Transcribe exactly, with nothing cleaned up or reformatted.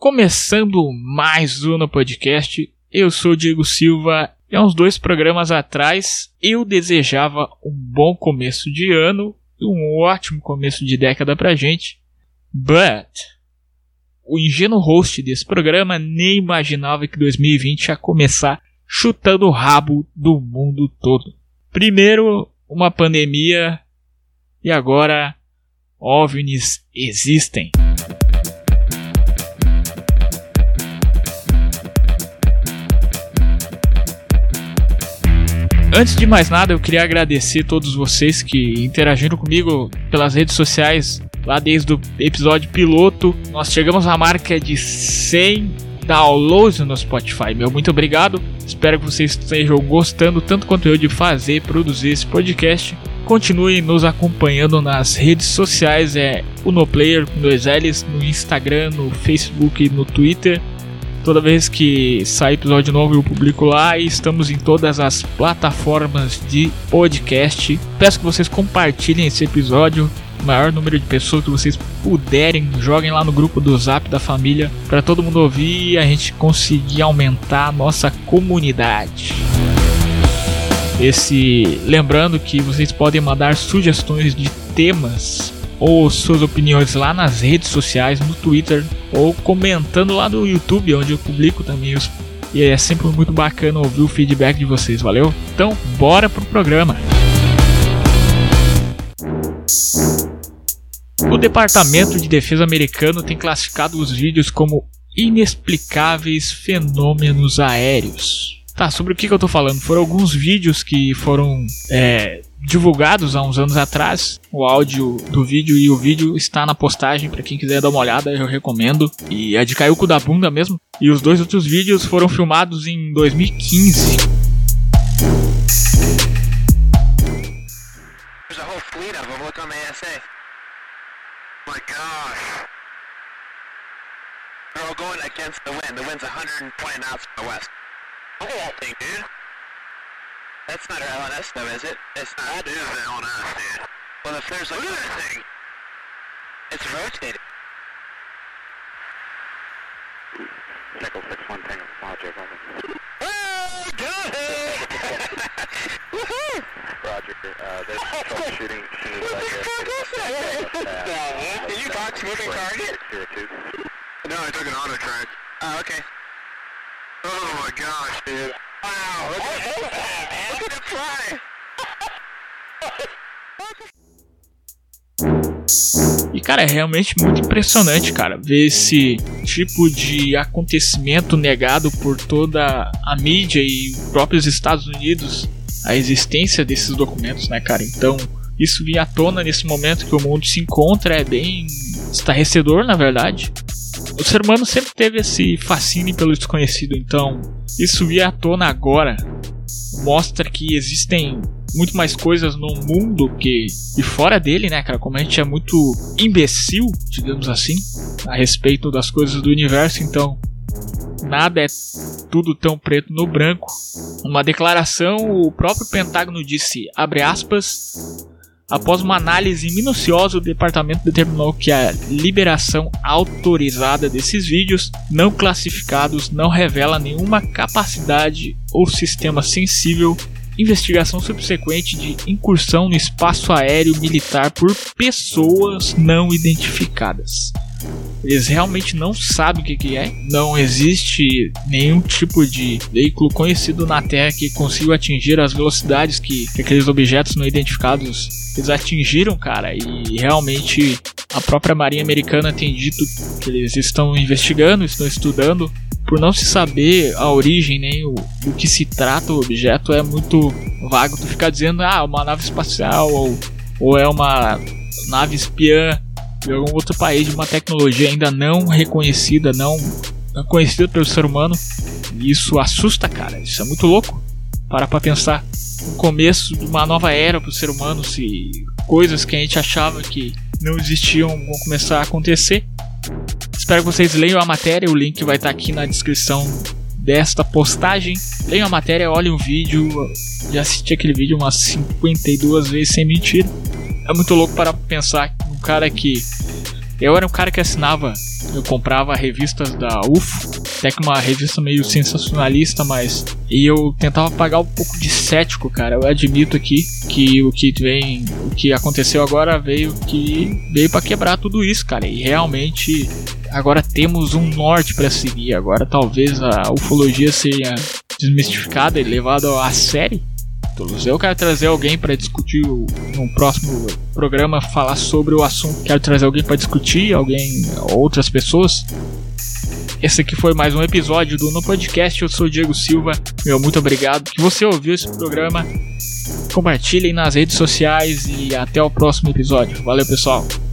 Começando mais um no podcast, eu sou o Diego Silva e há uns dois programas atrás eu desejava um bom começo de ano e um ótimo começo de década pra gente, but o ingênuo host desse programa nem imaginava que dois mil e vinte ia começar chutando o rabo do mundo todo. Primeiro uma pandemia e agora OVNIs existem. Antes de mais nada, eu queria agradecer a todos vocês que interagiram comigo pelas redes sociais, lá desde o episódio piloto. Nós chegamos à marca de cem downloads no Spotify. Meu muito obrigado. Espero que vocês estejam gostando tanto quanto eu de fazer e produzir esse podcast. Continuem nos acompanhando nas redes sociais, é o NoPlayer com dois L's, no Instagram, no Facebook e no Twitter. Toda vez que sai episódio novo eu publico lá e estamos em todas as plataformas de podcast. Peço que vocês compartilhem esse episódio, o maior número de pessoas que vocês puderem, joguem lá no grupo do Zap da família para todo mundo ouvir e a gente conseguir aumentar a nossa comunidade. Esse, lembrando que vocês podem mandar sugestões de temas ou suas opiniões lá nas redes sociais, no Twitter, ou comentando lá no YouTube, onde eu publico também os... E é sempre muito bacana ouvir o feedback de vocês, valeu? Então, bora pro programa! O Departamento de Defesa americano tem classificado os vídeos como inexplicáveis fenômenos aéreos. Tá, sobre o que, que eu tô falando? Foram alguns vídeos que foram... É... divulgados há uns anos atrás. O áudio do vídeo e o vídeo está na postagem para quem quiser dar uma olhada, eu recomendo. E é de cair o cu da bunda mesmo. E os dois outros vídeos foram filmados em dois mil e quinze. There's a whole fleet of them. Look on the A S A. My gosh. They're all going against the wind. The wind's one hundred twenty knots from the west. Look at that thing, dude. That's not our L N S though, is it? It's not. That is the L N S, dude. Well, if there's like... Look at that thing! It's rotating. Nickel six one Tango, Roger, Roger. Oh, got it! Woohoo! Roger, uh, there's troubleshooting. Did you box moving target? No, I took an auto track. Oh, okay. Oh my gosh, dude. Wow, look at that, man. Look at it fly. E cara, é realmente muito impressionante, cara, ver esse tipo de acontecimento negado por toda a mídia e os próprios Estados Unidos, a existência desses documentos, né, cara? Então, isso vir à tona nesse momento que o mundo se encontra é bem estarrecedor, na verdade. O ser humano sempre teve esse fascínio pelo desconhecido, então isso vir à tona agora mostra que existem muito mais coisas no mundo que e fora dele, né, cara? Como a gente é muito imbecil, digamos assim, a respeito das coisas do universo, então nada é tudo tão preto no branco. Uma declaração, o próprio Pentágono disse, abre aspas, após uma análise minuciosa, o departamento determinou que a liberação autorizada desses vídeos não classificados não revela nenhuma capacidade ou sistema sensível. Investigação subsequente de incursão no espaço aéreo militar por pessoas não identificadas. Eles realmente não sabem o que, que é. Não existe nenhum tipo de veículo conhecido na Terra que consiga atingir as velocidades que, que aqueles objetos não identificados eles atingiram, cara. E realmente a própria Marinha Americana tem dito que eles estão investigando, estão estudando. Por não se saber a origem nem o, do que se trata o objeto, é muito vago tu ficar dizendo ah, uma nave espacial ou, ou é uma nave espiã de algum outro país de uma tecnologia ainda não reconhecida, não conhecida pelo ser humano. E isso assusta, cara, isso é muito louco. Para pra pensar, o começo de uma nova era pro ser humano, se coisas que a gente achava que não existiam vão começar a acontecer. Espero que vocês leiam a matéria, o link vai estar aqui na descrição desta postagem. Leiam a matéria, olhem o vídeo. Já assisti aquele vídeo umas cinquenta e duas vezes sem mentira. É muito louco para pensar um cara que... Eu era um cara que assinava eu comprava revistas da U F O, até que uma revista meio sensacionalista, mas e eu tentava pagar um pouco de cético, cara. Eu admito aqui que o que vem, o que aconteceu agora veio que veio para quebrar tudo isso, cara. E realmente agora temos um norte para seguir. Agora talvez a ufologia seja desmistificada e levada a sério. Eu quero trazer alguém para discutir no próximo programa, falar sobre o assunto. Quero trazer alguém para discutir, alguém, outras pessoas. Esse aqui foi mais um episódio do No Podcast. Eu sou o Diego Silva. Meu muito obrigado que você ouviu esse programa. Compartilhem nas redes sociais e até o próximo episódio. Valeu, pessoal.